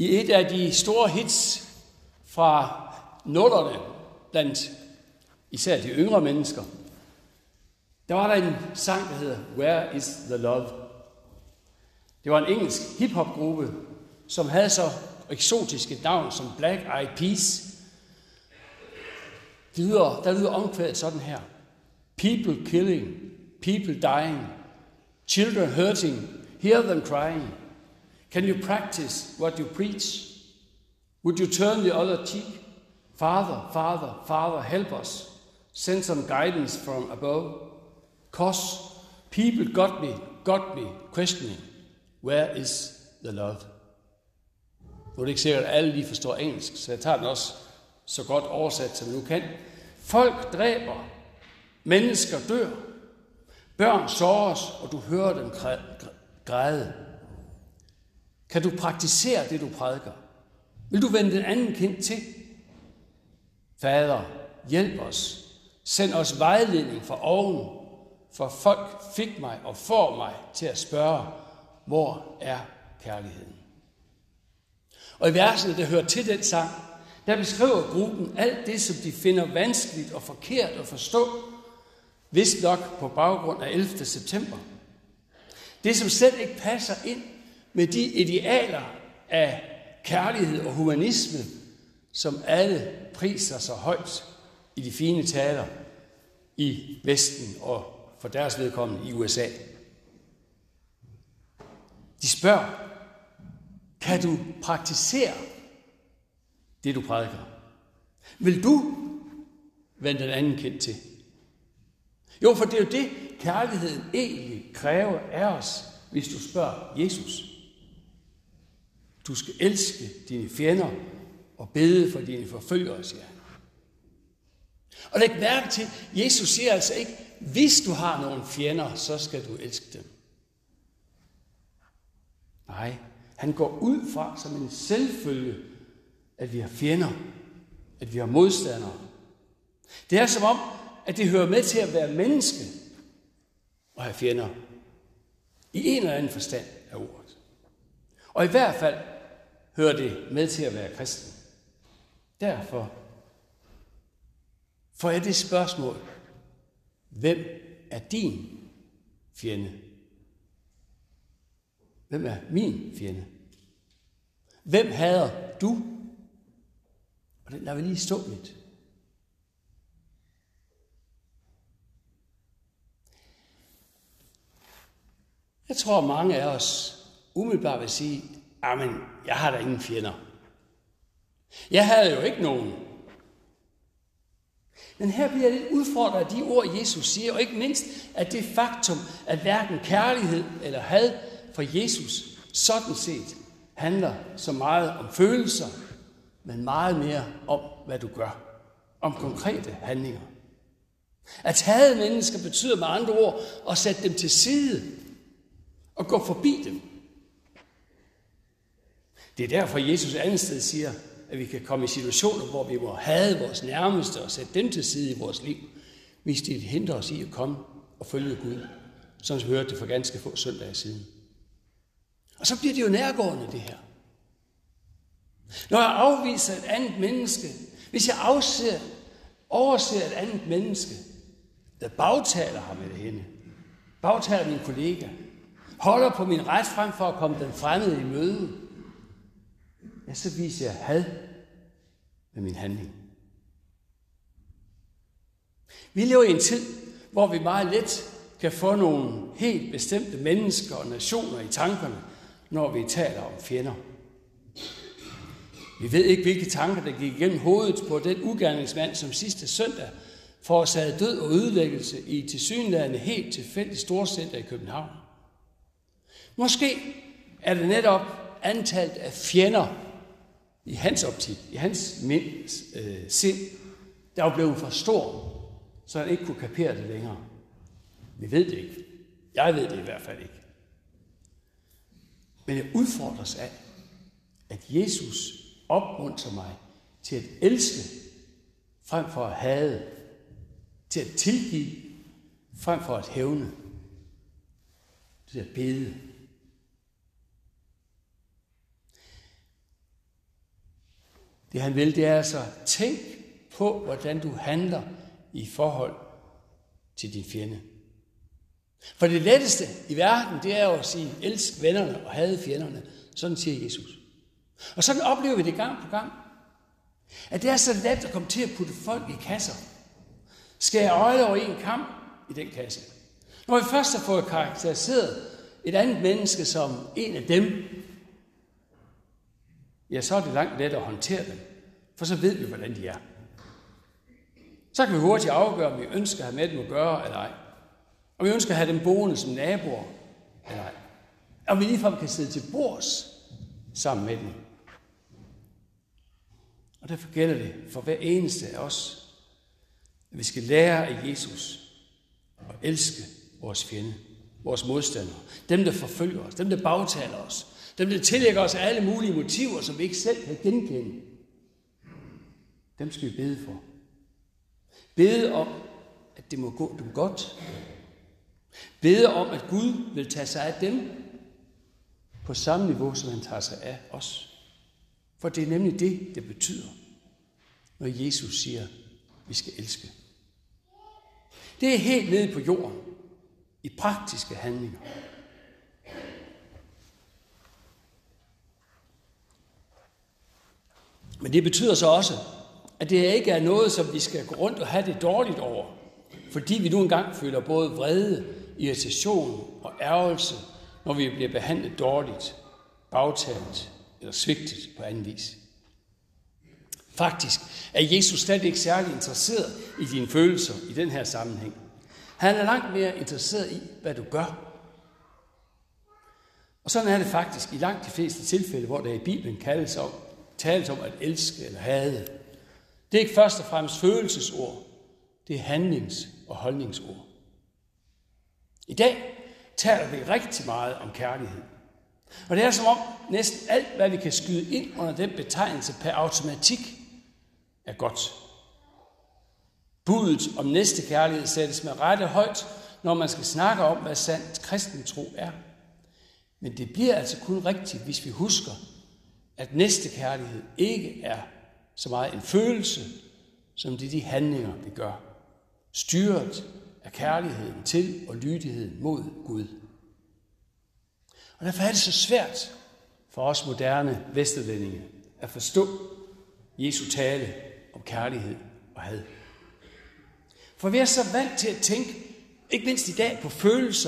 I et af de store hits fra nullerne, blandt især de yngre mennesker, der var der en sang, der hedder Where is the Love? Det var en engelsk hiphopgruppe, som havde så eksotiske navn som Black Eyed Peas. Der lyder omkvædet sådan her. People killing, people dying, children hurting, hear them crying. Can you practice what you preach? Would you turn the other cheek? Father, Father, Father, help us. Send some guidance from above. 'Cause people got me questioning. Where is the love? Nu er det ikke sikkert, at alle lige forstår engelsk, så jeg tager den også så godt oversat, som nu kan. Folk dræber, mennesker dør, børn såres, og du hører dem græde. Kan du praktisere det, du prædiker? Vil du vende den anden kind til? Fader, hjælp os. Send os vejledning fra oven, for folk fik mig og får mig til at spørge, hvor er kærligheden? Og i versene, der hører til den sang, der beskriver gruppen alt det, som de finder vanskeligt og forkert at forstå, vist nok på baggrund af 11. september. Det, som slet ikke passer ind med de idealer af kærlighed og humanisme, som alle priser så højt i de fine taler i Vesten og for deres vedkommende i USA. De spørger, kan du praktisere det, du prædiker? Vil du vende den anden kind til? Jo, for det er jo det, kærligheden egentlig kræver af os, hvis du spørger Jesus. Du skal elske dine fjender og bede for dine forfølgere, siger han. Og læg mærke til, Jesus siger altså ikke, hvis du har nogle fjender, så skal du elske dem. Nej, han går ud fra som en selvfølge, at vi har fjender, at vi har modstandere. Det er som om, at det hører med til at være menneske og have fjender. I en eller anden forstand af ordet. Og i hvert fald hører det med til at være kristen. Derfor får jeg det spørgsmål, hvem er din fjende? Hvem er min fjende? Hvem hader du? Og den lader vi lige stå lidt. Jeg tror, mange af os umiddelbart vil sige, amen, jeg har da ingen fjender. Jeg havde jo ikke nogen. Men her bliver jeg lidt udfordret af de ord, Jesus siger, og ikke mindst af det faktum, at hverken kærlighed eller had for Jesus sådan set handler så meget om følelser, men meget mere om, hvad du gør. Om konkrete handlinger. At hade mennesker betyder med andre ord at sætte dem til side og gå forbi dem. Det er derfor, Jesus andet sted siger, at vi kan komme i situationer, hvor vi må hade vores nærmeste og sætte dem til side i vores liv, hvis de hindrer os i at komme og følge Gud, som vi hørte det for ganske få søndage siden. Og så bliver det jo nærgående, det her. Når jeg afviser et andet menneske, hvis jeg overser et andet menneske, der bagtaler ham eller hende, bagtaler min kollega, holder på min ret frem for at komme den fremmede i møde, ja, så viser jeg had med min handling. Vi lever i en tid, hvor vi meget let kan få nogle helt bestemte mennesker og nationer i tankerne, når vi taler om fjender. Vi ved ikke, hvilke tanker, der gik igennem hovedet på den ugerningsmand, som sidste søndag forårsagede død og ødelæggelse i tilsyneladende helt tilfældigt storcenter i København. Måske er det netop antallet af fjender i hans optik, i hans sind, der var blevet for stor, så han ikke kunne kapere det længere. Vi ved det ikke. Jeg ved det i hvert fald ikke. Men jeg udfordres af, at Jesus opmuntrer mig til at elske frem for at hade, til at tilgive frem for at hævne, til at bede. Det han vil, det er altså, tænk på, hvordan du handler i forhold til din fjende. For det letteste i verden, det er jo at sige, elsk vennerne og hade fjenderne. Sådan siger Jesus. Og sådan oplever vi det gang på gang. At det er så let at komme til at putte folk i kasser. Skære øjne over en kamp i den kasse. Når vi først har fået karakteriseret et andet menneske som en af dem, ja, så er det langt let at håndtere dem. For så ved vi, hvordan de er. Så kan vi hurtigt afgøre, om vi ønsker at have med dem at gøre, eller ej. Om vi ønsker at have dem boende som naboer, eller ej. Om vi ligefrem kan sidde til bords sammen med dem. Og derfor gælder det for hver eneste af os, at vi skal lære af Jesus og elske vores fjende, vores modstandere, dem der forfølger os, dem der bagtaler os, dem der tillægger os alle mulige motiver, som vi ikke selv kan genkende. Dem skal vi bede for. Bede om, at det må gå dem godt. Bede om, at Gud vil tage sig af dem på samme niveau, som han tager sig af os. For det er nemlig det betyder, når Jesus siger, at vi skal elske. Det er helt nede på jorden, i praktiske handlinger. Men det betyder så også, at det ikke er noget, som vi skal gå rundt og have det dårligt over, fordi vi nu engang føler både vrede, irritation og ærgelse, når vi bliver behandlet dårligt, bagtalt eller svigtet på anden vis. Faktisk er Jesus slet ikke særlig interesseret i dine følelser i den her sammenhæng. Han er langt mere interesseret i, hvad du gør. Og sådan er det faktisk i langt de fleste tilfælde, hvor der i Bibelen tales om at elske eller hade. Det er ikke først og fremmest følelsesord, det er handlings- og holdningsord. I dag taler vi rigtig meget om kærlighed. Og det er som om næsten alt, hvad vi kan skyde ind under den betegnelse per automatik, er godt. Budet om næstekærlighed sættes med rette højt, når man skal snakke om, hvad sandt kristen tro er. Men det bliver altså kun rigtigt, hvis vi husker, at næstekærlighed ikke er så meget en følelse, som det er de handlinger, vi gør. Styret af kærligheden til og lydigheden mod Gud. Og derfor er det så svært for os moderne vesterlændinge at forstå Jesu tale om kærlighed og had. For vi er så vant til at tænke, ikke mindst i dag, på følelser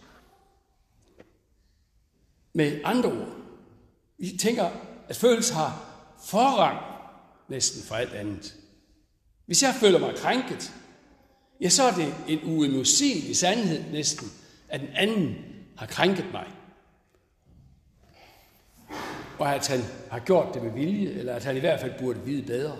med andre ord. Vi tænker, at følelser har forrang næsten for alt andet. Hvis jeg føler mig krænket, ja, så er det en uimodsigelig sandhed næsten, at den anden har krænket mig. Og at han har gjort det med vilje, eller at han i hvert fald burde vide bedre.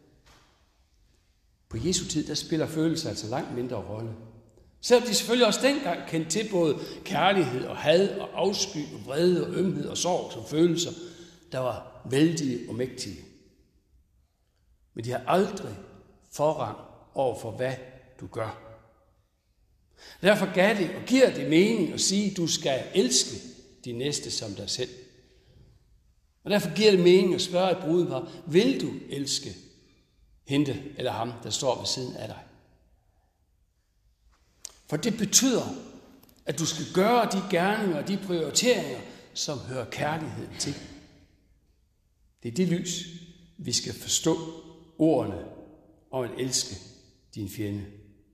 På Jesu tid, der spiller følelser altså langt mindre rolle. Selvom de selvfølgelig også dengang kendte til både kærlighed og had og afsky og vrede og ømhed og sorg som følelser, der var vældige og mægtige. Men de har aldrig forrang over for, hvad du gør. Derfor gav det og giver det mening at sige, at du skal elske de næste som dig selv. Og derfor giver det mening at spørge et brudepar, vil du elske hende eller ham, der står ved siden af dig? For det betyder, at du skal gøre de gerninger og de prioriteringer, som hører kærligheden til. Det er det lys, vi skal forstå ordene om at elske din fjende.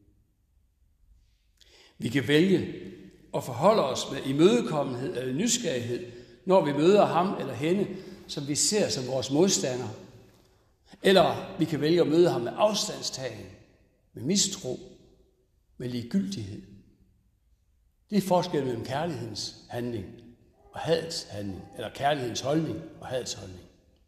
Vi kan vælge at forholde os med imødekommenhed eller nysgerrighed, når vi møder ham eller hende, som vi ser som vores modstander. Eller vi kan vælge at møde ham med afstandstagen, med mistro, med ligegyldighed. Det er forskellen mellem kærlighedens handling og hadets handling, eller kærlighedens holdning og hadets holdning.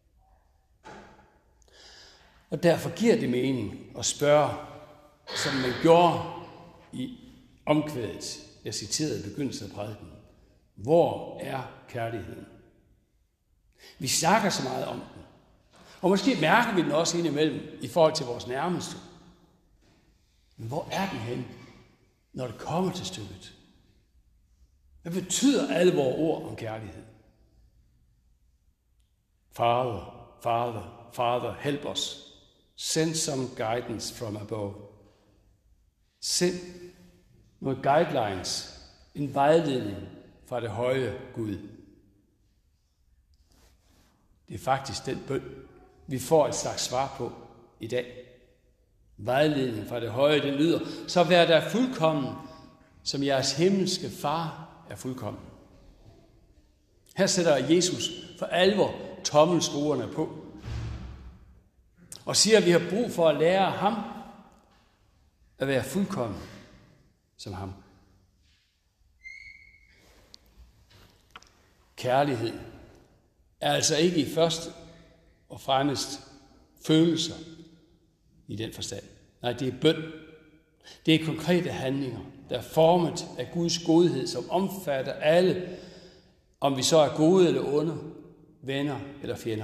Og derfor giver det mening at spørge, som man gjorde i omkvædet, jeg citerede i begyndelsen af prædiken. Hvor er kærligheden? Vi snakker så meget om den. Og måske mærker vi den også indimellem i forhold til vores nærmeste. Men hvor er den henne, når det kommer til stykket? Hvad betyder alle vores ord om kærlighed? Fader, Father, help us. Send some guidance from above. Send nogle guidelines, en vejledning fra det høje Gud. Det er faktisk den bøn, vi får et slags svar på i dag. Vejledning fra det høje, den lyder: så vær der fuldkommen, som jeres himmelske far er fuldkommen. Her sætter Jesus for alvor tommelskruerne på og siger, at vi har brug for at lære ham at være fuldkommen som ham. Kærlighed er altså ikke i første og fremmest følelser i den forstand. Nej, det er bøn. Det er konkrete handlinger, der er formet af Guds godhed, som omfatter alle, om vi så er gode eller onde, venner eller fjender.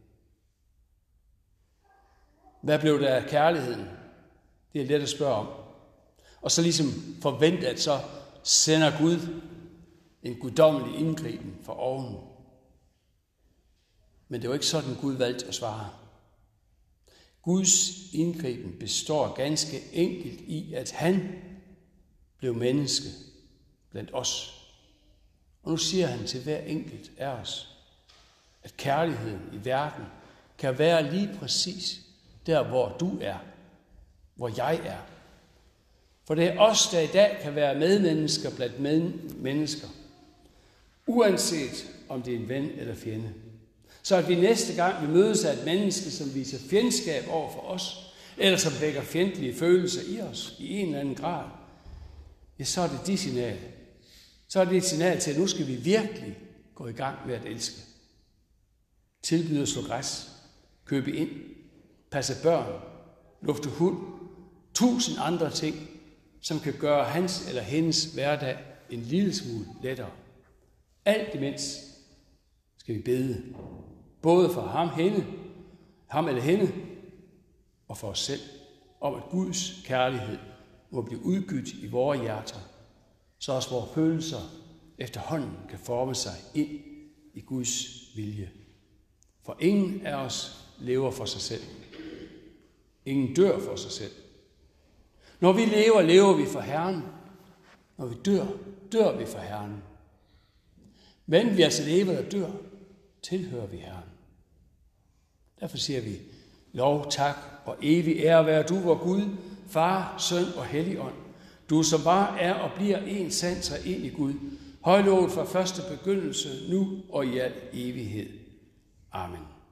Hvad blev der af kærligheden? Det er let at spørge om. Og så ligesom forvente, at så sender Gud en guddommelig indgriben fra oven. Men det var ikke sådan, Gud valgte at svare. Guds indgriben består ganske enkelt i, at han blev menneske blandt os. Og nu siger han til hver enkelt af os, at kærligheden i verden kan være lige præcis der, hvor du er, hvor jeg er. For det er os, der i dag kan være medmennesker blandt mennesker, uanset om det er en ven eller fjende. Så at vi næste gang vi mødes af et menneske, som viser fjendskab over for os, eller som vækker fjendtlige følelser i os i en eller anden grad, ja, så er det de signal. Så er det et signal til, at nu skal vi virkelig gå i gang med at elske. Tilbyde at slå græs, købe ind, passe børn, lufte hund, 1000 andre ting, som kan gøre hans eller hendes hverdag en lille smule lettere. Alt imens skal vi bede, både for ham eller hende, og for os selv, om at Guds kærlighed må blive udgydt i vores hjerter, så også vores følelser efterhånden kan forme sig ind i Guds vilje. For ingen af os lever for sig selv. Ingen dør for sig selv. Når vi lever, lever vi for Herren. Når vi dør, dør vi for Herren. Men vi altså lever og dør, tilhører vi Herren. Derfor siger vi, lov, tak og evig ære være du, vor Gud, Far, Søn og Helligånd. Du som bare er og bliver en sand sig ind i Gud. Højlovet fra første begyndelse, nu og i al evighed. Amen.